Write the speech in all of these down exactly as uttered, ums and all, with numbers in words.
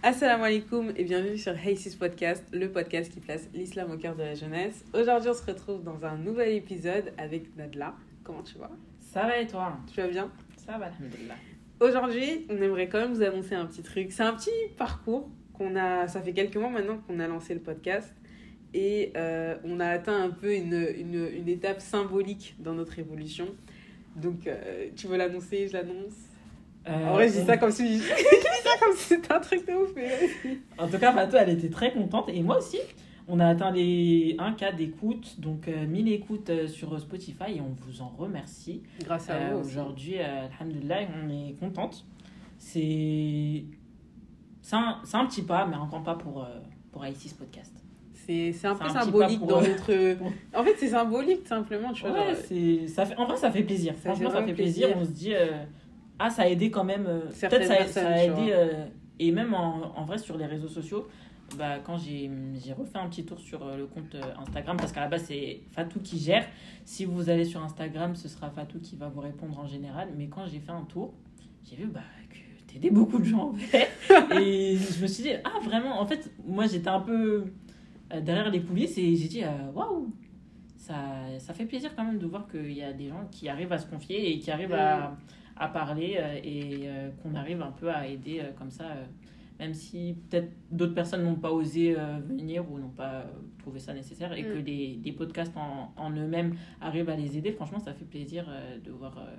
Assalamu alaikum et bienvenue sur Haysis Podcast, le podcast qui place l'islam au cœur de la jeunesse. Aujourd'hui, on se retrouve dans un nouvel épisode avec Nadla. Comment tu vas ? Ça va et toi ? Tu vas bien ? Ça va, alhamdoulilah. Aujourd'hui, on aimerait quand même vous annoncer un petit truc. C'est un petit parcours qu'on a. Ça fait quelques mois maintenant qu'on a lancé le podcast et euh, on a atteint un peu une, une, une étape symbolique dans notre évolution. Donc, euh, tu veux l'annoncer ? Je l'annonce ? Euh, en vrai, je dis on... ça comme si, je dis ça comme si c'était un truc de ouf. Mais... En tout cas, Fatou, elle était très contente. Et moi aussi, on a atteint les un K d'écoute, donc euh, mille écoutes euh, sur Spotify. Et on vous en remercie. Grâce à euh, vous. Aujourd'hui, euh, alhamdoulilah, on est contente. C'est... C'est, un... C'est un petit pas, mais un grand pas pour, euh, pour Haysis Podcast. C'est, c'est un c'est peu un symbolique pour... dans notre... En fait, c'est symbolique, simplement. Tu vois, ouais, genre... c'est... Ça fait... En vrai, ça fait plaisir. Ça Franchement, fait ça fait plaisir. plaisir. On se dit... Euh... Ah, ça a aidé quand même. Euh, peut-être ça, personnes, ça a aidé. Euh, et même en, en vrai, sur les réseaux sociaux, bah, quand j'ai, j'ai refait un petit tour sur euh, le compte euh, Instagram, parce qu'à la base, c'est Fatou qui gère. Si vous allez sur Instagram, ce sera Fatou qui va vous répondre en général. Mais quand j'ai fait un tour, j'ai vu bah, que t'aidais beaucoup de gens en fait. Et je me suis dit, ah, vraiment, en fait, moi, j'étais un peu euh, derrière les coulisses et j'ai dit, waouh! Wow, ça, ça fait plaisir quand même de voir qu'il y a des gens qui arrivent à se confier et qui arrivent mmh. à. à parler euh, et euh, qu'on arrive un peu à aider euh, comme ça, euh, même si peut-être d'autres personnes n'ont pas osé euh, venir ou n'ont pas euh, trouvé ça nécessaire et mm. que des, des podcasts en, en eux-mêmes arrivent à les aider. Franchement, ça fait plaisir euh, de voir, euh,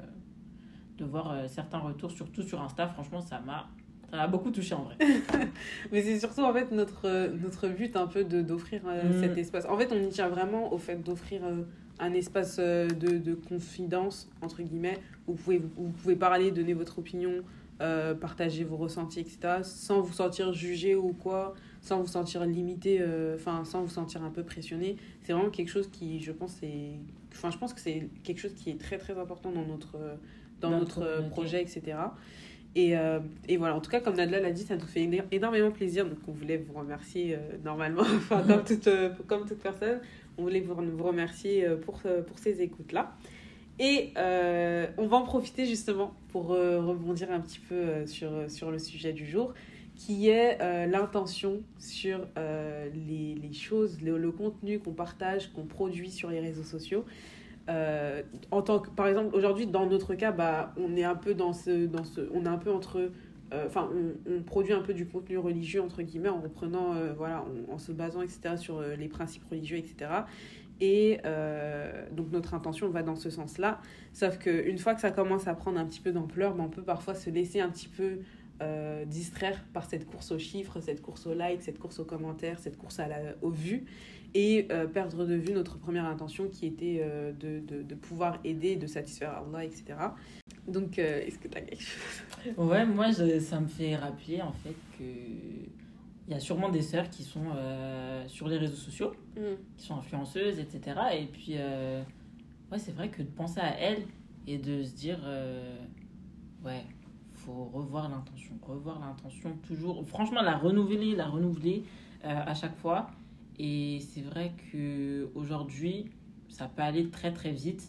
de voir euh, certains retours, surtout sur Insta. Franchement, ça m'a, ça m'a beaucoup touché en vrai. Mais c'est surtout en fait notre, notre but un peu de, d'offrir euh, mm. cet espace. En fait, on y tient vraiment au fait d'offrir... Euh, un espace de, de confidence, entre guillemets, où vous pouvez, où vous pouvez parler, donner votre opinion, euh, partager vos ressentis, et cetera, sans vous sentir jugé ou quoi, sans vous sentir limité, enfin, euh, sans vous sentir un peu pressionné. C'est vraiment quelque chose qui, je pense, est... Enfin, je pense que c'est quelque chose qui est très, très important dans notre, dans dans notre, notre projet, et cetera. Et, euh, et voilà, en tout cas, comme Nadla l'a dit, ça nous fait énormément plaisir. Donc, on voulait vous remercier euh, normalement, enfin, comme toute, euh, comme toute personne. On voulait vous, vous remercier pour, pour ces écoutes-là. Et euh, on va en profiter justement pour euh, rebondir un petit peu sur, sur le sujet du jour, qui est euh, l'intention sur euh, les, les choses, le, le contenu qu'on partage, qu'on produit sur les réseaux sociaux. Euh, en tant que, par exemple, aujourd'hui, dans notre cas, bah, on est un peu dans ce, dans ce, on est un peu entre... Enfin, euh, on, on produit un peu du contenu religieux, entre guillemets, en reprenant, euh, voilà, en, en se basant, et cetera, sur euh, les principes religieux, et cetera. Et euh, donc, notre intention va dans ce sens-là. Sauf qu'une fois que ça commence à prendre un petit peu d'ampleur, ben, on peut parfois se laisser un petit peu euh, distraire par cette course aux chiffres, cette course aux likes, cette course aux commentaires, cette course à la, aux vues, et euh, perdre de vue notre première intention qui était euh, de, de, de pouvoir aider, de satisfaire Allah, et cetera. Donc, euh, est-ce que tu as quelque chose ? Ouais, moi, je, ça me fait rappeler, en fait, qu'il y a sûrement des sœurs qui sont euh, sur les réseaux sociaux, mm. qui sont influenceuses, et cetera. Et puis, euh, ouais, c'est vrai que de penser à elles et de se dire, euh, ouais, faut revoir l'intention, revoir l'intention toujours. Franchement, la renouveler, la renouveler euh, à chaque fois. Et c'est vrai qu'aujourd'hui, ça peut aller très, très vite.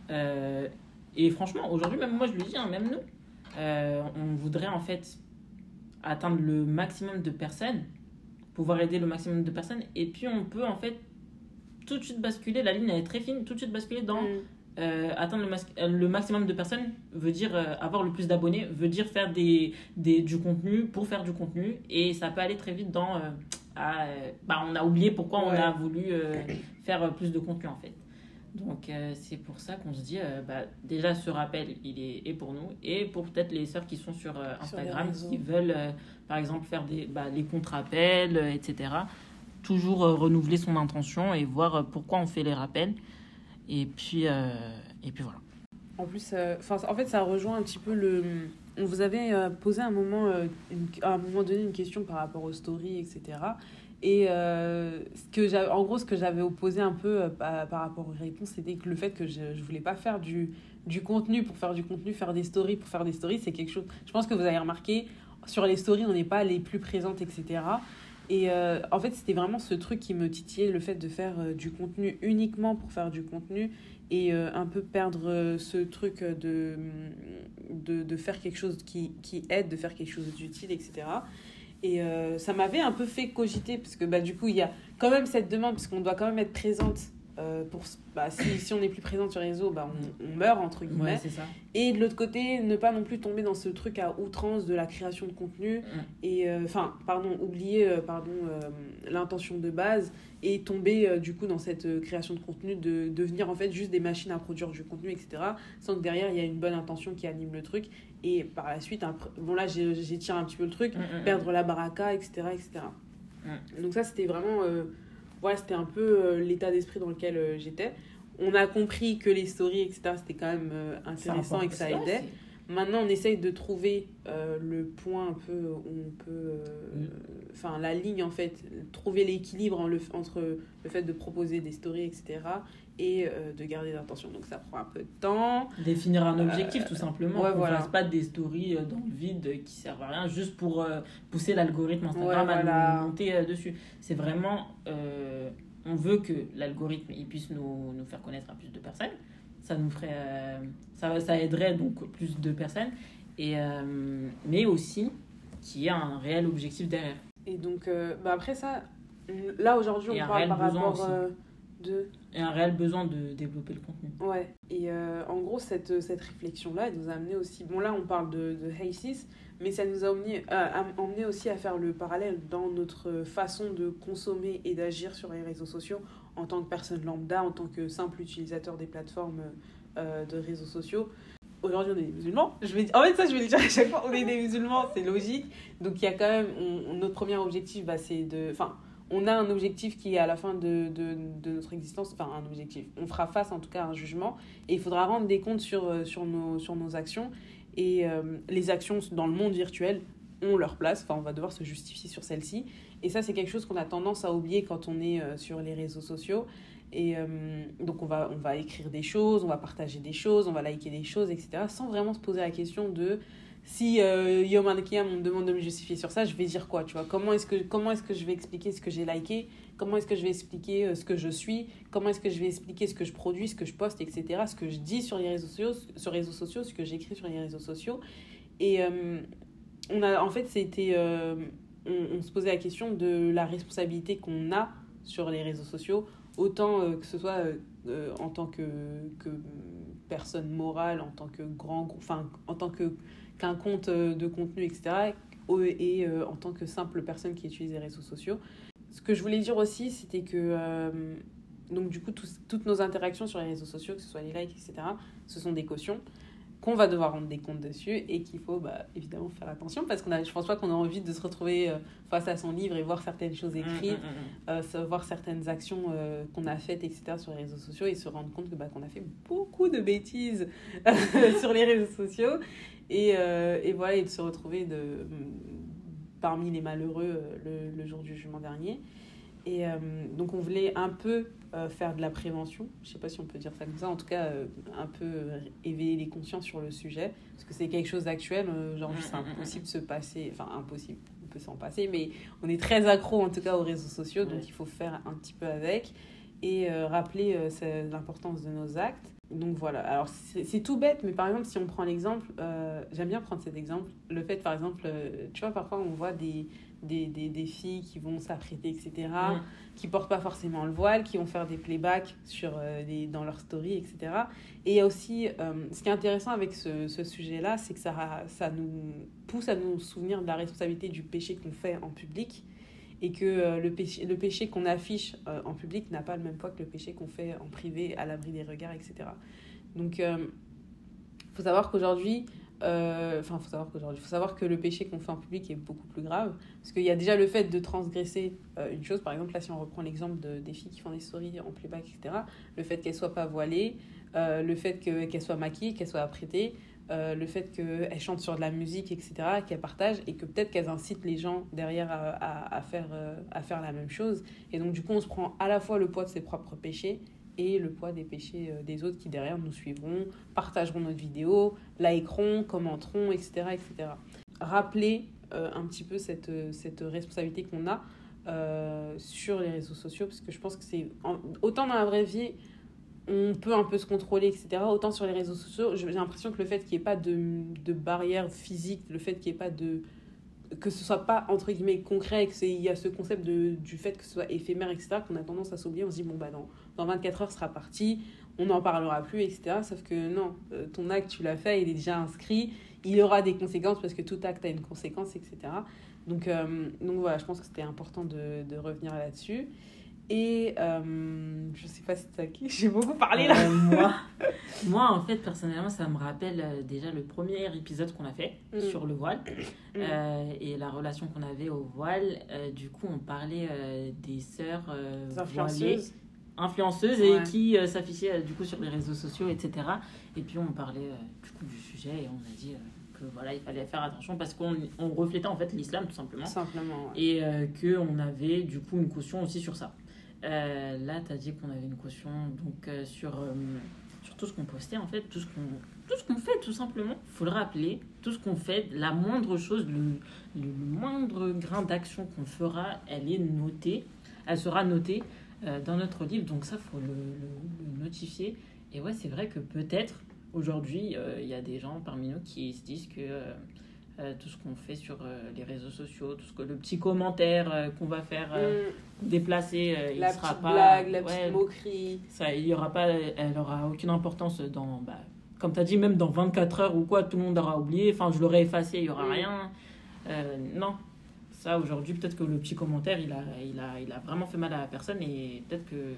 Euh, Et franchement, aujourd'hui, même moi, je le dis, hein, même nous, euh, on voudrait en fait atteindre le maximum de personnes, pouvoir aider le maximum de personnes. Et puis, on peut en fait tout de suite basculer, la ligne elle est très fine, tout de suite basculer dans mm. euh, atteindre le, mas- le maximum de personnes, veut dire euh, avoir le plus d'abonnés, veut dire faire des, des, du contenu pour faire du contenu. Et ça peut aller très vite dans... Euh, à, euh, bah, on a oublié pourquoi ouais. on a voulu euh, faire plus de contenu en fait. Donc, euh, c'est pour ça qu'on se dit, euh, bah, déjà, ce rappel, il est, est pour nous et pour peut-être les sœurs qui sont sur euh, Instagram, sur qui veulent, euh, par exemple, faire des, bah, les contre-rappels, euh, et cetera. Toujours euh, renouveler son intention et voir euh, pourquoi on fait les rappels. Et puis, euh, et puis voilà. En plus, euh, en fait, ça rejoint un petit peu le... On vous avait euh, posé à un moment, euh, une, à un moment donné une question par rapport aux stories, et cetera. Et euh, ce que j'avais, en gros, ce que j'avais opposé un peu euh, par, par rapport aux réponses, c'était que le fait que je ne voulais pas faire du, du contenu pour faire du contenu, faire des stories pour faire des stories, c'est quelque chose... Je pense que vous avez remarqué, sur les stories, on n'est pas les plus présentes, et cetera. Et euh, en fait, c'était vraiment ce truc qui me titillait, le fait de faire euh, du contenu uniquement pour faire du contenu et euh, un peu perdre euh, ce truc de, de, de faire quelque chose qui, qui aide, de faire quelque chose d'utile, et cetera. Et euh, ça m'avait un peu fait cogiter, parce que bah, du coup, il y a quand même cette demande, parce qu'on doit quand même être présente. Euh, pour, bah, si, si on n'est plus présent sur les réseaux, bah, on, on meurt, entre guillemets. Ouais, c'est ça. Et de l'autre côté, ne pas non plus tomber dans ce truc à outrance de la création de contenu. Mm. Et, enfin, euh, pardon, oublier euh, pardon, euh, l'intention de base et tomber, euh, du coup, dans cette euh, création de contenu, de devenir, en fait, juste des machines à produire du contenu, et cetera. Sans que derrière, il y a une bonne intention qui anime le truc. Et par la suite, un, bon là, j'ai, j'étire un petit peu le truc, mm, perdre mm. la baraka, et cetera, et cetera. Mm. Donc ça, c'était vraiment... Euh, voilà, c'était un peu euh, l'état d'esprit dans lequel euh, j'étais. On a compris que les stories, et cetera, c'était quand même euh, intéressant et que ça aidait. Maintenant, on essaye de trouver euh, le point un peu où on peut... Enfin, euh, mm. la ligne, en fait. Trouver l'équilibre en le, entre le fait de proposer des stories, et cetera, et euh, de garder l'intention. Donc, ça prend un peu de temps. Définir un objectif, euh, tout simplement. Ouais, qu'on voilà. ne fasse pas des stories dans le vide qui servent à rien, juste pour euh, pousser l'algorithme Instagram ouais, voilà. à nous monter euh, dessus. C'est vraiment... Euh, on veut que l'algorithme il puisse nous, nous faire connaître à plus de personnes. Ça nous ferait... Euh, ça, ça aiderait donc plus de personnes. Et, euh, mais aussi qu'il y ait un réel objectif derrière. Et donc, euh, bah après ça, là aujourd'hui, on parle par rapport euh, de... Et un réel besoin de développer le contenu. Ouais, et euh, en gros, cette, cette réflexion-là, elle nous a amené aussi... Bon, là, on parle de, de Haysis, mais ça nous a emmené, euh, emmené aussi à faire le parallèle dans notre façon de consommer et d'agir sur les réseaux sociaux en tant que personne lambda, en tant que simple utilisateur des plateformes euh, de réseaux sociaux. Aujourd'hui, on est des musulmans. Je vais... En fait, ça, je vais le dire à chaque fois. On est des musulmans, c'est logique. Donc, il y a quand même... On, notre premier objectif, bah, c'est de... Enfin, on a un objectif qui est à la fin de, de, de notre existence. Enfin, un objectif. On fera face, en tout cas, à un jugement. Et il faudra rendre des comptes sur, sur, nos, sur nos actions. Et euh, les actions dans le monde virtuel ont leur place. Enfin, on va devoir se justifier sur celles-ci. Et ça, c'est quelque chose qu'on a tendance à oublier quand on est euh, sur les réseaux sociaux. Et euh, donc, on va, on va écrire des choses, on va partager des choses, on va liker des choses, et cetera. Sans vraiment se poser la question de si euh, Yom Al-Qiyam, on me demande de me justifier sur ça, je vais dire quoi, tu vois. Comment est-ce que, comment est-ce que je vais expliquer ce que j'ai liké? Comment est-ce que je vais expliquer euh, ce que je suis? Comment est-ce que je vais expliquer ce que je produis, ce que je poste, et cetera. Ce que je dis sur les réseaux sociaux, sur les réseaux sociaux, ce que j'écris sur les réseaux sociaux. Et euh, on a, en fait, c'était... Euh, on, on se posait la question de la responsabilité qu'on a sur les réseaux sociaux, autant euh, que ce soit euh, en tant que, que personne morale, en tant que grand, enfin en tant que qu'un compte de contenu, et cetera, et euh, en tant que simple personne qui utilise les réseaux sociaux. Ce que je voulais dire aussi, c'était que euh, donc du coup tous, toutes nos interactions sur les réseaux sociaux, que ce soit les likes, et cetera, ce sont des cautions qu'on va devoir rendre des comptes dessus et qu'il faut bah, évidemment faire attention parce qu'on a, je pense pas qu'on a envie de se retrouver euh, face à son livre et voir certaines choses écrites, mmh, mmh, mmh. Euh, voir certaines actions euh, qu'on a faites, et cetera sur les réseaux sociaux et se rendre compte que, bah, qu'on a fait beaucoup de bêtises sur les réseaux sociaux et, euh, et voilà, et de se retrouver de, parmi les malheureux le, le jour du jugement dernier. Et euh, donc, on voulait un peu euh, faire de la prévention. Je ne sais pas si on peut dire ça comme ça. En tout cas, euh, un peu euh, éveiller les consciences sur le sujet. Parce que c'est quelque chose d'actuel. Aujourd'hui, c'est impossible de se passer... Enfin, impossible, on peut s'en passer. Mais on est très accro, en tout cas, aux réseaux sociaux. Donc, il faut faire un petit peu avec. Et euh, rappeler euh, l'importance de nos actes. Donc, voilà. Alors, c'est, c'est tout bête. Mais par exemple, si on prend l'exemple... Euh, j'aime bien prendre cet exemple. Le fait, par exemple... Euh, tu vois, parfois, on voit des... Des, des, des filles qui vont s'apprêter, et cetera, mmh. qui portent pas forcément le voile, qui vont faire des playbacks sur, euh, des, dans leurs stories, et cetera. Et il y a aussi, euh, ce qui est intéressant avec ce, ce sujet-là, c'est que ça, ça nous pousse à nous souvenir de la responsabilité du péché qu'on fait en public et que euh, le, péché, le péché qu'on affiche euh, en public n'a pas le même poids que le péché qu'on fait en privé, à l'abri des regards, et cetera. Donc, il euh, faut savoir qu'aujourd'hui, Enfin, euh, il faut savoir qu'aujourd'hui, il faut savoir que le péché qu'on fait en public est beaucoup plus grave. Parce qu'il y a déjà le fait de transgresser euh, une chose. Par exemple, là, si on reprend l'exemple de, des filles qui font des stories en playback, et cetera, le fait qu'elles ne soient pas voilées, euh, le fait que, qu'elles soient maquillées, qu'elles soient apprêtées, euh, le fait qu'elles chantent sur de la musique, et cetera, qu'elles partagent, et que peut-être qu'elles incitent les gens derrière à, à, à, faire, euh, à faire la même chose. Et donc, du coup, on se prend à la fois le poids de ses propres péchés et le poids des péchés des autres qui derrière nous suivront, partageront notre vidéo, likeront, commenteront, et cetera, et cetera. Rappeler euh, un petit peu cette, cette responsabilité qu'on a euh, sur les réseaux sociaux, parce que je pense que c'est... Autant dans la vraie vie, on peut un peu se contrôler, et cetera, autant sur les réseaux sociaux, j'ai l'impression que le fait qu'il n'y ait pas de, de barrière physique, le fait qu'il n'y ait pas de... que ce soit pas entre guillemets concret, qu'il y a ce concept de, du fait que ce soit éphémère, et cetera, qu'on a tendance à s'oublier. On se dit, bon, bah dans, dans vingt-quatre heures, ce sera parti, on n'en parlera plus, et cetera. Sauf que non, euh, ton acte, tu l'as fait, il est déjà inscrit, il aura des conséquences parce que tout acte a une conséquence, et cetera. Donc, euh, donc voilà, je pense que c'était important de, de revenir là-dessus. Et euh, je sais pas si c'est à qui j'ai beaucoup parlé là. Euh, moi, moi, en fait, personnellement, ça me rappelle euh, déjà le premier épisode qu'on a fait mm. sur le voile mm. euh, et la relation qu'on avait au voile. Euh, du coup, on parlait euh, des sœurs euh, voilées, influenceuses ouais. et qui euh, s'affichaient euh, du coup sur les réseaux sociaux, et cetera. Et puis, on parlait euh, du coup du sujet et on a dit euh, que voilà, il fallait faire attention parce qu'on on reflétait en fait l'islam tout simplement. Simplement. Ouais. Et euh, qu'on avait du coup une caution aussi sur ça. Euh, là, tu as dit qu'on avait une caution donc, euh, sur, euh, sur tout ce qu'on postait, en fait, tout ce qu'on, tout ce qu'on fait, tout simplement. Il faut le rappeler, tout ce qu'on fait, la moindre chose, le, le moindre grain d'action qu'on fera, elle est notée, elle sera notée euh, dans notre livre. Donc ça, il faut le, le, le notifier. Et ouais, c'est vrai que peut-être, aujourd'hui, il euh, y a des gens parmi nous qui se disent que... Euh, Euh, tout ce qu'on fait sur euh, les réseaux sociaux, tout ce que le petit commentaire euh, qu'on va faire euh, mmh. déplacer, euh, il la sera petite pas blague, la ouais, petite moquerie. Ça, il y aura pas, elle aura aucune importance dans, bah, comme tu as dit, même dans vingt-quatre heures ou quoi, tout le monde aura oublié. Enfin, je l'aurais effacé, il y aura mmh. rien. Euh, non, ça aujourd'hui, peut-être que le petit commentaire, il a, il a, il a vraiment fait mal à la personne et peut-être que,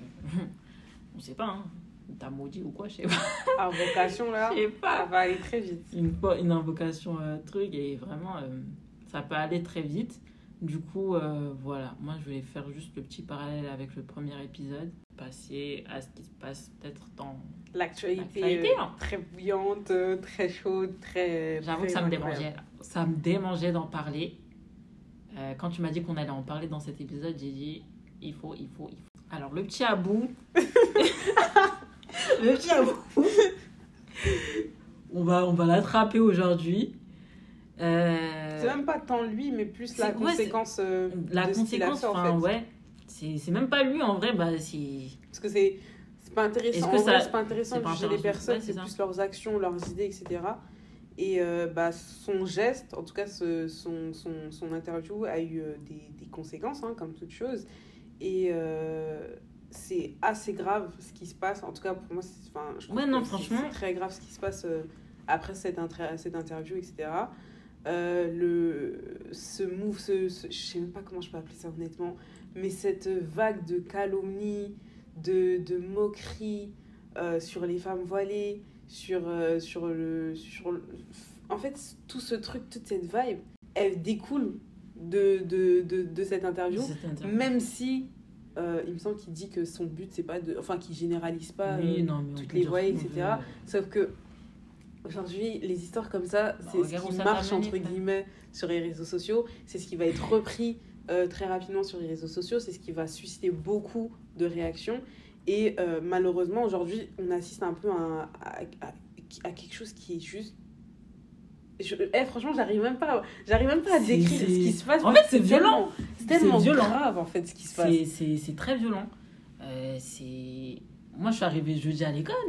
on sait pas. Hein. T'as maudit ou quoi, je sais pas. Invocation là, je sais pas. Ça va aller très vite. Une, une invocation euh, truc et vraiment euh, ça peut aller très vite. Du coup, euh, voilà, moi je vais faire juste le petit parallèle avec le premier épisode, passer à ce qui se passe peut-être dans l'actualité, l'actualité euh, hein. très bouillante, très chaude, très. J'avoue que ça me démangeait, ça me démangeait d'en parler. Euh, quand tu m'as dit qu'on allait en parler dans cet épisode, j'ai dit il faut, il faut, il faut. Alors le petit Abou. Le petit Abou. on va, on va l'attraper aujourd'hui. Euh... C'est même pas tant lui, mais plus la conséquence. Euh, la de conséquence, enfin, en fait. ouais. C'est, c'est même pas lui en vrai, bah c'est. Parce que c'est, c'est pas intéressant. En ça... vrai, c'est pas intéressant c'est de pas juger les personnes, ouais, c'est, c'est ça. plus leurs actions, leurs idées, et cetera. Et euh, bah, son geste, en tout cas ce, son, son, son interview, a eu euh, des, des conséquences, hein, comme toute chose. Et. Euh, c'est assez grave ce qui se passe, en tout cas pour moi c'est, enfin, je trouve ouais, non, que franchement... c'est, c'est très grave ce qui se passe euh, après cette, intra- cette interview, et cetera. Euh, le, ce move, ce, ce, je sais même pas comment je peux appeler ça honnêtement, mais cette vague de calomnie, de, de moquerie euh, sur les femmes voilées, sur, euh, sur, le, sur le... En fait, tout ce truc, toute cette vibe, elle découle de, de, de, de cette interview, cette interview. Même si... Euh, il me semble qu'il dit que son but c'est pas de, enfin qu'il généralise pas oui, euh, non, toutes les voix, et cetera. Veut... Sauf que aujourd'hui les histoires comme ça, bah, c'est ce qui marche entre guillemets sur les réseaux sociaux, c'est ce qui va être repris euh, très rapidement sur les réseaux sociaux, c'est ce qui va susciter beaucoup de réactions et euh, malheureusement aujourd'hui on assiste un peu à, à, à, à quelque chose qui est juste. Je, eh, franchement, j'arrive même pas, j'arrive même pas à décrire c'est, c'est... ce qui se passe. En fait, c'est violent. C'est tellement c'est violent. grave, en fait, ce qui se passe. C'est, c'est, c'est très violent. Euh, c'est... Moi, je suis arrivée jeudi à l'école.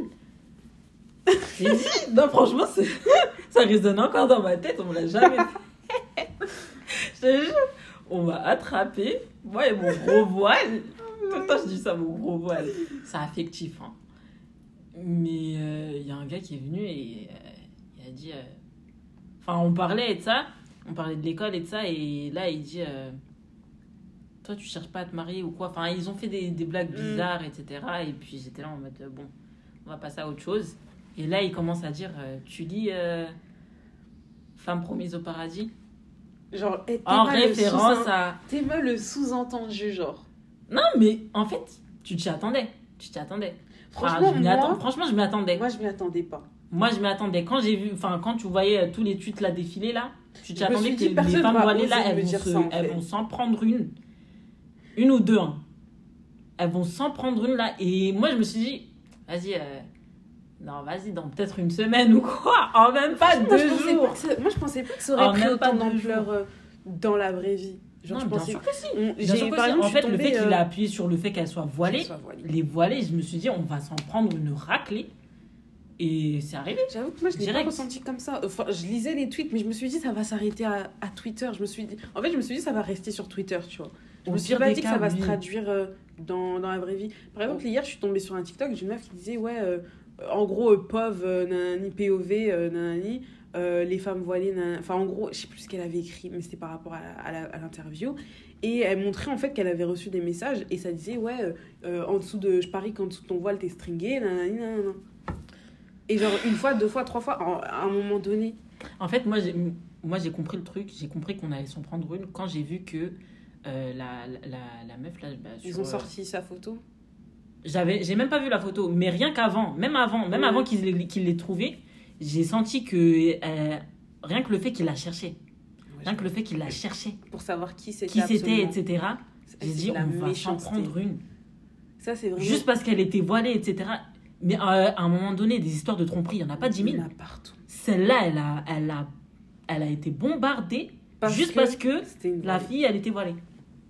J'ai dit, non, franchement, c'est... ça résonne encore dans ma tête. On me l'a jamais fait. Je te jure, on m'a attrapé. Moi et mon gros voile. Tout le temps, je dis ça, mon gros voile. C'est affectif. Hein. Mais il euh, y a un gars qui est venu et euh, il a dit... Euh, Enfin, on parlait et de ça, on parlait de l'école et de ça, et là, il dit euh, toi, tu cherches pas à te marier ou quoi. Enfin, ils ont fait des, des blagues bizarres, mmh. et cetera. Et puis, j'étais là en mode, euh, bon, on va passer à autre chose. Et là, il commence à dire, euh, tu lis euh, Femme promise au paradis. Genre, hey, en référence à... T'es mal le sous-entendu, genre. Non, mais en fait, tu t'y attendais. Tu t'y attendais. Franchement, enfin, je moi, atta... Franchement, je m'y attendais. Moi, je m'y attendais pas. Moi, je m'y attendais. Quand j'ai vu, enfin, quand tu voyais tous les tweets là défiler là, tu t'y attendais que dit, les femmes voilées là, elles vont, se, ça, elles fait. vont s'en prendre une. Une ou deux, hein. Elles vont s'en prendre une là. Et moi, je me suis dit, vas-y, euh... non, vas-y, dans peut-être une semaine ou quoi. En même pas moi, deux je jours. Ça... Moi, je pensais pas que ça aurait en pris autant d'ampleur euh, dans la vraie vie. Genre, non, je bien pensais... sûr que si. On... Bien sûr que si. En fait, tombée, le fait euh... qu'il a appuyé sur le fait qu'elle soit voilée, soit voilée, les voilées, je me suis dit, on va s'en prendre une raclée. Et c'est arrivé. J'avoue que moi, je l'ai pas Direct. ressenti comme ça. Enfin, je lisais les tweets, mais je me suis dit, ça va s'arrêter à, à Twitter. Je me suis dit... En fait, je me suis dit, ça va rester sur Twitter, tu vois. Je Au me suis pire pas des dit que cas, ça va oui. se traduire euh, dans, dans la vraie vie. Par exemple, hier, je suis tombée sur un TikTok d'une meuf qui disait, ouais, euh, en gros, euh, pauvre, euh, nanani, P O V, euh, nanani, euh, les femmes voilées, nanani. Enfin, en gros, je sais plus ce qu'elle avait écrit, mais c'était par rapport à, la- à, la- à l'interview. Et elle montrait en fait qu'elle avait reçu des messages et ça disait, ouais, euh, euh, en dessous de, je parie qu'en dessous de ton voile, t'es stringé, nanani, nanana. Et genre, une fois, deux fois, trois fois, en- à un moment donné. En fait, moi, j'ai, moi, j'ai compris le truc. J'ai compris qu'on allait s'en prendre une quand j'ai vu que euh, la, la, la meuf, là... Bah, Ils sur, ont euh, sorti sa photo. J'avais, j'ai même pas vu la photo, mais rien qu'avant, même avant, même Ouais. avant qu'il l'ait, qu'il l'ait trouvée, j'ai senti que euh, rien que le fait qu'il la cherchait, rien que le fait qu'il la cherchait, Pour savoir qui c'était. qui c'était, absolument. et cetera. C'est J'ai dit, la on va s'en méchanceté. prendre une. Ça, c'est vraiment. Juste parce qu'elle était voilée, et cetera. Mais euh, à un moment donné, des histoires de tromperie, il n'y en a pas dix Il y mille. en a partout. Celle-là, elle a, elle, a, elle a été bombardée Parce juste que parce que C'était une la vraie- fille, elle était voilée.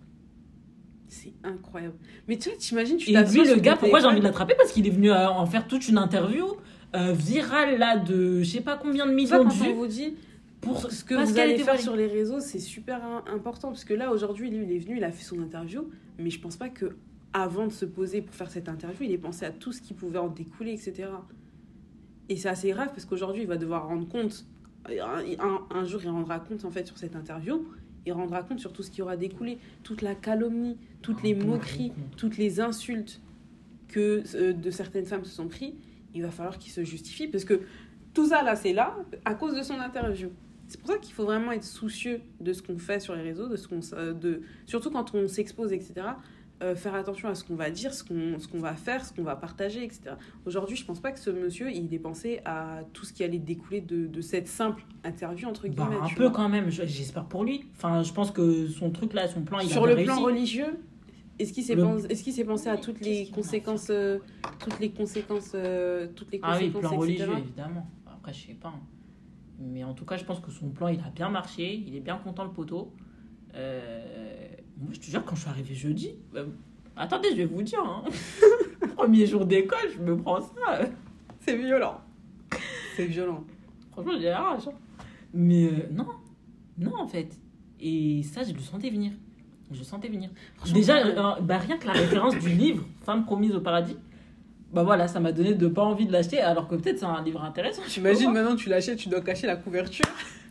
C'est incroyable. Mais tu vois, t'imagines, tu Et t'assois lui, sur le ton gars, pourquoi j'ai téléphone. envie de l'attraper? Parce qu'il est venu euh, en faire toute une interview euh, virale, là, de je sais pas combien de C'est ça, millions de quand on vues. vous dit Pour ce que parce vous qu'elle allez était faire voilée. sur les réseaux, c'est super un- important. Parce que là, aujourd'hui, lui, il est venu, il a fait son interview. Mais je pense pas que avant de se poser pour faire cette interview, il ait pensé à tout ce qui pouvait en découler, et cetera. Et c'est assez grave parce qu'aujourd'hui, il va devoir rendre compte. Un, un- un jour, il rendra compte, en fait, sur cette interview. Il rendra compte sur tout ce qui aura découlé. Toute la calomnie, toutes Un les bon moqueries, gros compte. toutes les insultes que euh, de certaines femmes se sont pris. Il va falloir qu'il se justifie parce que tout ça, là, c'est là à cause de son interview. C'est pour ça qu'il faut vraiment être soucieux de ce qu'on fait sur les réseaux, de ce qu'on, s- euh, de, surtout quand on s'expose, et cetera. Euh, faire attention à ce qu'on va dire, ce qu'on, ce qu'on va faire, ce qu'on va partager, et cetera. Aujourd'hui, je pense pas que ce monsieur, il ait pensé à tout ce qui allait découler de, de cette simple interview, entre Bah, guillemets. un tu peu vois. quand même, je- j'espère pour lui. Enfin, je pense que son truc là, son plan, il Sur a le bien plan réussi. religieux, est-ce qu'il s'est, Le- pensé, est-ce qu'il s'est pensé à toutes Qu'est-ce les qu'il m'a conséquences, euh, toutes les conséquences, euh, toutes les Ah oui, conséquences, plan et cetera. religieux, évidemment. Après, je sais pas. hein. Mais en tout cas, je pense que son plan, il a bien marché. Il est bien content, le poteau. Euh, Moi, je te jure, quand je suis arrivée jeudi... euh, Attendez, je vais vous dire. Hein. Premier jour d'école, je me prends ça. C'est violent. C'est violent. Franchement, j'ai la rage. hein. Mais euh, non. Non, en fait. Et ça, je le sentais venir. Je le sentais venir. Franchement, Déjà, ouais. euh, bah, rien que la référence du livre Femme promise au paradis, bah voilà, ça m'a donné de pas envie de l'acheter, alors que peut-être c'est un livre intéressant. je sais T'imagines pas. maintenant, tu l'achètes, tu dois cacher la couverture.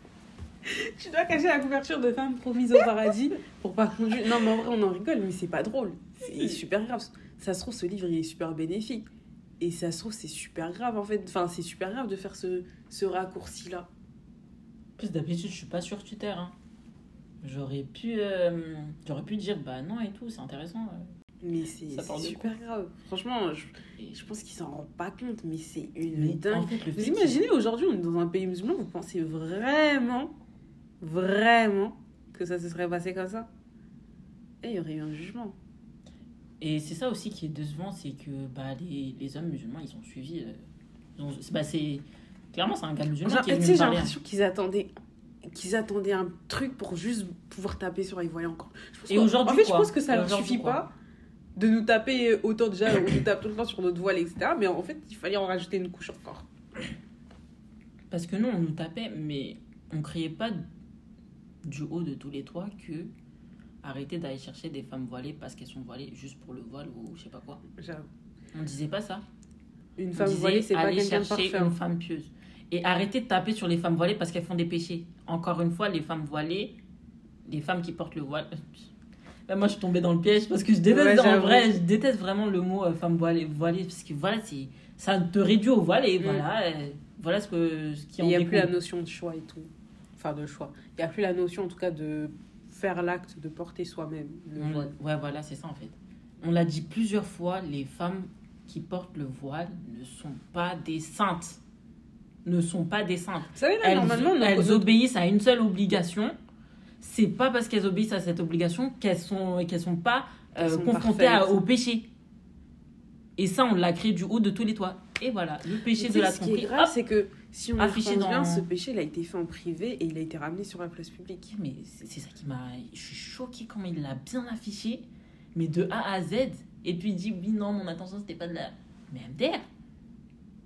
Tu dois cacher la couverture de Femme promise au paradis pour pas conduire. Non, mais en vrai, on en rigole, mais c'est pas drôle. C'est super grave. Ça se trouve, ce livre, il est super bénéfique. Et ça se trouve, c'est super grave, en fait. Enfin, c'est super grave de faire ce, ce raccourci-là. En plus, d'habitude, je suis pas sur Twitter. Hein. J'aurais pu, euh, j'aurais pu dire, bah non et tout, c'est intéressant. ouais. Mais c'est Ça c'est part de super grave. Franchement, je, Et- je pense qu'ils s'en rendent pas compte, mais c'est une Mais dingue. en fait, le Vous fait imaginez, aujourd'hui, on est dans un pays musulman, vous pensez vraiment, vraiment que ça se serait passé comme ça? Et il y aurait eu un jugement. Et c'est ça aussi qui est décevant, c'est que bah, les, les hommes musulmans, ils ont suivi. euh, ils ont- c'est- bah, c'est, clairement, c'est un gars musulman Genre, qui est tu venu sais, me j'ai parler. l'impression qu'ils attendaient, qu'ils attendaient un truc pour juste pouvoir taper sur les voyants encore. Je pense Et qu'en- aujourd'hui, En fait, je quoi pense que ça Et leur aujourd'hui, suffit quoi pas de nous taper autant déjà, on nous tape tout le temps sur notre voile, et cetera. Mais en fait, il fallait en rajouter une couche encore. Parce que nous, on nous tapait, mais on criait pas du haut de tous les toits que arrêtez d'aller chercher des femmes voilées parce qu'elles sont voilées juste pour le voile ou je sais pas quoi. J'avoue. On disait pas ça. Une On femme disait voilée, c'est pas allez quelqu'un de chercher parfait. une femme pieuse. Et arrêtez de taper sur les femmes voilées parce qu'elles font des péchés. Encore une fois, les femmes voilées, les femmes qui portent le voile. Là, moi, je suis tombée dans le piège parce que je déteste, Ouais, en j'avoue. vrai, je déteste vraiment le mot euh, femme voilée, voilée parce que voilà, c'est, ça te réduit au voile et Mm. voilà, euh, voilà ce, que, ce qui en Il n'y a plus découle. la notion de choix et tout. Enfin, de choix. Il n'y a plus la notion, en tout cas, de faire l'acte de porter soi-même le On- voile. Ouais, voilà, c'est ça en fait. On l'a dit plusieurs fois, les femmes qui portent le voile ne sont pas des saintes. Ne sont pas des saintes. Vous savez, là, Elles, normalement, notre- elles notre- obéissent à une seule obligation. C'est pas parce qu'elles obéissent à cette obligation qu'elles sont, qu'elles sont pas euh, Qu'elles sont confrontées à- parfaites. au péché. Et ça, on l'a créé du haut de tous les toits. Et voilà, le péché Tu de sais, la ce qui est tromperie. grave, hop. c'est que si on y Affiché repense dans- bien, ce péché, il a été fait en privé et il a été ramené sur la place publique. Mais c'est c'est ça qui m'a... Je suis choquée comment il l'a bien affiché, mais de A à Z. Et puis il dit, oui, non, mon intention, c'était pas de la... Mais M D R, c'est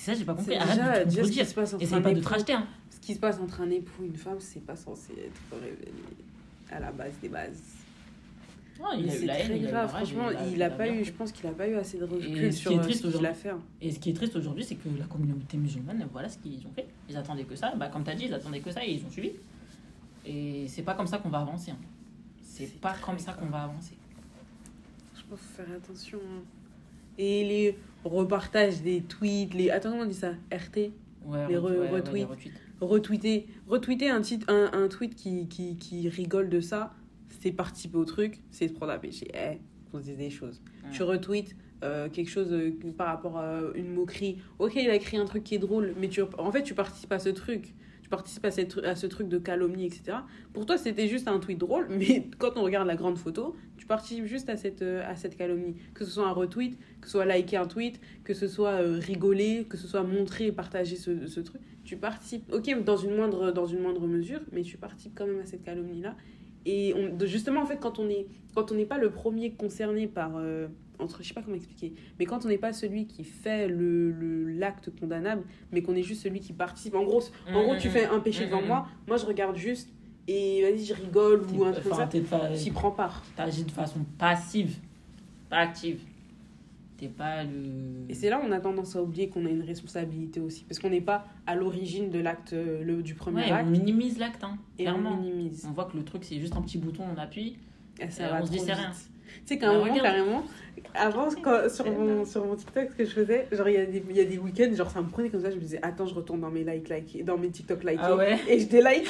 C'est ça, j'ai pas compris. C'est Arrête déjà, de déjà te ce qui dire. se passe entre Essaye un pas de époux, te racheter. Hein. ce qui se passe entre un époux et une femme, c'est pas censé être révélé à la base des bases. Non, il Mais a eu c'est la haine, très il a eu grave, la rage, franchement, il a- il il a a pas bien eu, fait. je pense qu'il a pas eu assez de recul Et ce sur qui est euh, triste ce qu'il a aujourd'hui- fait. hein. Et ce qui est triste aujourd'hui, c'est que la communauté musulmane, voilà ce qu'ils ont fait. Ils attendaient que ça. Bah, comme tu as dit, ils attendaient que ça et ils ont suivi. Et c'est pas comme ça qu'on va avancer. Hein. C'est C'est pas très comme ça grave. qu'on va avancer. Je pense qu'il faut faire attention. hein. Et les repartages des tweets, les. Attends, comment on dit ça R T Ouais, Les re- re- ouais, ouais, retweets. les retweets. Retweeter. Retweeter un, titre, un, un tweet qui, qui, qui rigole de ça, c'est participer au truc, c'est se prendre à péché. Eh, qu'on se dise des choses. Ouais. Tu retweets euh, quelque chose euh, par rapport à une moquerie. Ok, il a écrit un truc qui est drôle, mais tu, en fait, tu participes à ce truc. Tu participes à, cette, à ce truc de calomnie, et cetera. Pour toi, c'était juste un tweet drôle, mais quand on regarde la grande photo, tu participes juste à cette, euh, à cette calomnie. Que ce soit un retweet, que ce soit liker un tweet, que ce soit euh, rigoler, que ce soit montrer et partager ce, ce truc. Tu participes, ok, dans une, moindre, dans une moindre mesure, mais tu participes quand même à cette calomnie-là. Et on, de- justement, en fait, quand on est, quand on n'est pas le premier concerné par... euh, entre, je sais pas comment expliquer, mais quand on n'est pas celui qui fait le, le, l'acte condamnable, mais qu'on est juste celui qui participe. En gros, en gros tu fais un péché Mmh, devant mmh, moi, moi je regarde juste et vas-y, je rigole ou un T'es- truc comme enfin, ça. t'es fa- J'y prends part. T'agis de façon passive, pas active. T'es pas le. Et c'est là où on a tendance à oublier qu'on a une responsabilité aussi, parce qu'on n'est pas à l'origine de l'acte, euh, le, du premier Ouais, on acte, minimise l'acte, hein, et clairement. on minimise. On voit que le truc, c'est juste un petit bouton, on appuie. Et ça Euh, va on se dit, trop c'est vite. rien. Tu sais qu'à un Mais moment, regarde. carrément, avant, quand, sur, mon, sur mon TikTok, ce que je faisais, genre, il y a des, il y a des week-ends, genre, ça me prenait comme ça, je me disais, attends, je retourne dans mes likes, likes dans mes TikTok likés. Ah ouais. Et je délikais.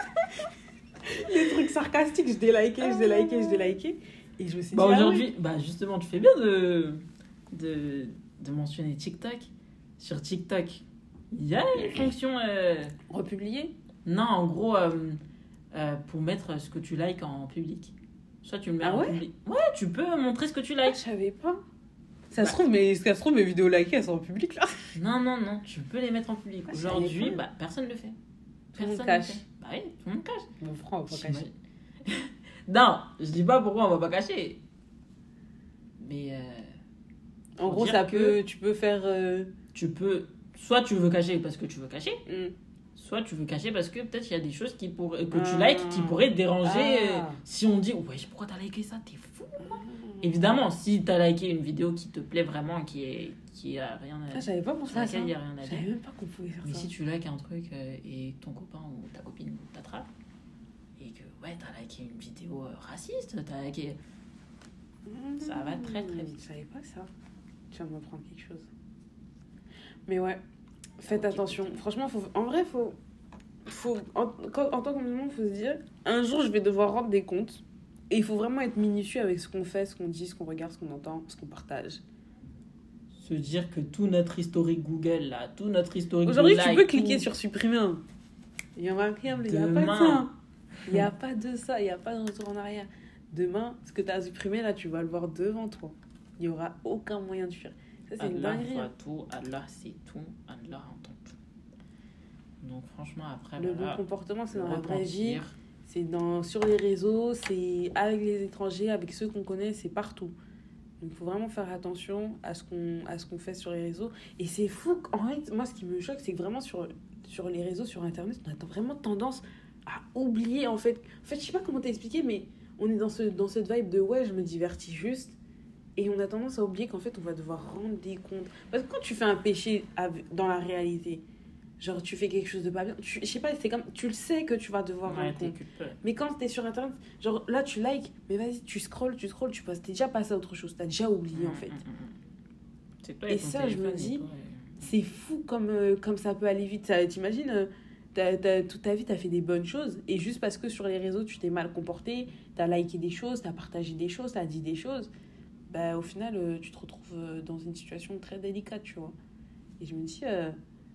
Les trucs sarcastiques, je délikais, je délikais, je délikais. Et je me suis Bah dit, ah aujourd'hui, ouais. bah justement, tu fais bien de, de, de mentionner TikTok. Sur TikTok, il y a une fonction. euh, Republier. Non, en gros, euh, euh, pour mettre ce que tu likes en public. Soit tu le mets Ah en ouais public. Ouais, tu peux montrer ce que tu Ah, likes. je savais pas. Ça Bah. se trouve, mais ça se trouve, mes vidéos likées, elles sont en public, là. Non, non, non, tu peux les mettre en public. Ah, je savais Aujourd'hui, pas. bah, personne ne le fait. Tout le monde Personne cache. le fait. Bah oui, tout le monde cache. Mon frère, on va pas cacher. Non, je dis pas pourquoi on va pas cacher. Mais euh, En Faut gros, dire ça que- peut, tu peux faire. euh, tu peux. Soit tu veux cacher parce que tu veux cacher, hmm. soit tu veux cacher parce que peut-être il y a des choses qui pourraient, que tu Ah. likes qui pourraient te déranger. Ah. euh, Si on dit, ouais, pourquoi t'as liké ça? T'es fou. Évidemment, si t'as liké une vidéo qui te plaît vraiment, qui est qui a rien Ah, à, j'avais pas sur pensé à ça. laquelle il y a rien à Je dire. savais même pas qu'on pouvait faire Mais ça. si tu likes un truc euh, et ton copain ou ta copine t'attrape et que ouais t'as liké une vidéo euh, raciste, t'as liké. Ça va très, très vite. Je savais pas ça. Tu viens de m'apprendre quelque chose. Mais ouais, faites Ok, attention. ok. Franchement, faut, en vrai, faut, faut en, quand- en tant que musulman, faut se dire, un jour, je vais devoir rendre des comptes. Et il faut vraiment être minutieux avec ce qu'on fait, ce qu'on dit, ce qu'on regarde, ce qu'on entend, ce qu'on partage. Se dire que tout notre historique Google là, tout notre historique. Aujourd'hui, de tu like, peux cliquer tout- sur supprimer un. Il y a un câble, il n'y a pas de Demain. ça. Il n'y a pas de ça, il n'y a pas de retour en arrière. Demain, ce que tu as supprimé, là, tu vas le voir devant toi. Il n'y aura aucun moyen de fuir. Ça, c'est une Allah dinguerie. voit hein. tout, Allah sait tout, Allah entend tout. Donc franchement après Le voilà, bon comportement, c'est le dans la vraie vie. repentir. C'est dans, sur les réseaux, c'est avec les étrangers, avec ceux qu'on connaît, c'est partout. Donc il faut vraiment faire attention à ce qu'on à ce qu'on fait sur les réseaux. Et c'est fou, en fait, moi ce qui me choque, c'est que vraiment sur, sur les réseaux, sur Internet, on a vraiment tendance à oublier, en fait. En fait, je sais pas comment t'expliquer, mais on est dans, ce, dans cette vibe de ouais, je me divertis juste. Et on a tendance à oublier qu'en fait, on va devoir rendre des comptes. Parce que quand tu fais un péché avec- dans la réalité, genre tu fais quelque chose de pas bien, tu, je sais pas, c'est comme, tu le sais que tu vas devoir Ouais, rendre t'es compte. culpeux. Mais quand t'es sur internet, genre là tu likes, mais vas-y, tu scrolles, tu scrolles, tu passes, t'es déjà passé à autre chose, t'as déjà oublié en Mm, fait. mm, mm. C'est toi Et ton ça, je me téléphone, dis, et toi, et- C'est fou comme, euh, comme ça peut aller vite. Ça, t'imagines, euh, t'as, t'as- toute ta vie t'as fait des bonnes choses, et juste parce que sur les réseaux tu t'es mal comporté, t'as liké des choses, t'as partagé des choses, t'as dit des choses, bah au final euh, tu te retrouves euh, dans une situation très délicate, tu vois. Et je me dis, euh,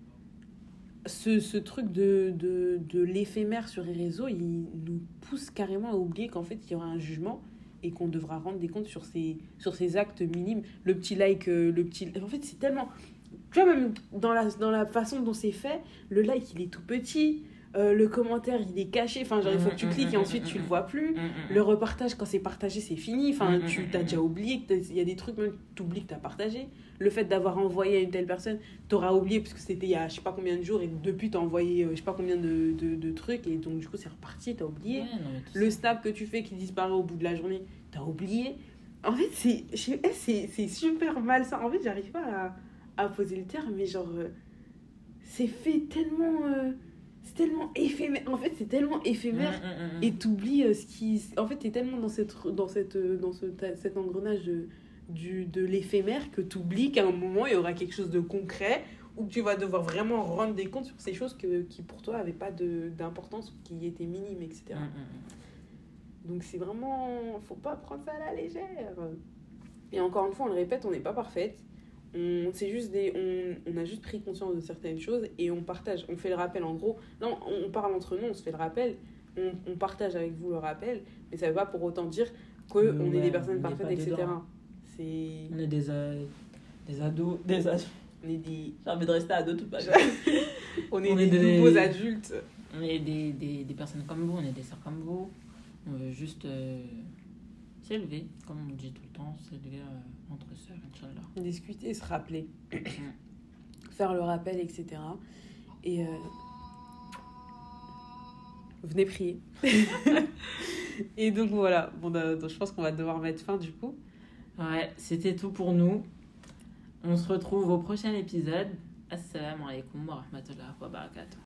ce, ce truc de, de, de l'éphémère sur les réseaux, il nous pousse carrément à oublier qu'en fait, il y aura un jugement et qu'on devra rendre des comptes sur ces, sur ces actes minimes. Le petit like, euh, le petit... En fait, c'est tellement... Tu vois, même dans la, dans la façon dont c'est fait, le like, il est tout petit. Euh, le commentaire, il est caché. Enfin, genre, il faut que tu cliques et ensuite, tu le vois plus. Le repartage, quand c'est partagé, c'est fini. Enfin, tu t'as déjà oublié. Il y a des trucs, même, tu oublies que tu as partagé. Le fait d'avoir envoyé à une telle personne, tu auras oublié parce que c'était il y a je sais pas combien de jours et depuis, tu as envoyé je sais pas combien de, de, de trucs. Et donc, du coup, c'est reparti, tu as oublié. Ouais, non, le snap que tu fais qui disparaît au bout de la journée, tu as oublié. En fait, c'est, c'est, c'est super malsain. En fait, j'arrive pas à, à poser le terme, mais genre, euh, c'est fait tellement. Euh, c'est tellement éphémère. En fait, c'est tellement éphémère. Mmh, mmh, mmh. Et t'oublies euh, ce qui. En fait, t'es tellement dans, cette, dans, cette, dans ce, cet engrenage de, du, de l'éphémère que t'oublies qu'à un moment, il y aura quelque chose de concret ou que tu vas devoir vraiment rendre des comptes sur ces choses que, qui, pour toi, n'avaient pas de, d'importance ou qui étaient minimes, et cetera. Mmh. Donc, c'est vraiment. Faut pas prendre ça à la légère. Et encore une fois, on le répète, on n'est pas parfaite. On, c'est juste des, on, on a juste pris conscience de certaines choses et on partage, on fait le rappel en gros. Non, on, on parle entre nous, on se fait le rappel, on, on partage avec vous le rappel, mais ça ne veut pas pour autant dire qu'on ouais, est des personnes parfaites, et cetera. C'est... On est des, euh, des ados, des ados. On est des... J'ai envie de rester ado toute ma vie. on est on des, des nouveaux adultes. On est des, des, des personnes comme vous, on est des sœurs comme vous. On veut juste euh, s'élever, comme on dit tout le temps, s'élever euh, entre sœurs, Inch'Allah. Discuter, se rappeler. Faire le rappel, et cetera. Et euh... venez prier. Et donc voilà, bon, donc, je pense qu'on va devoir mettre fin du coup. Ouais, c'était tout pour nous. On se retrouve au prochain épisode. Assalamu alaikum wa rahmatullahi wa barakatuh.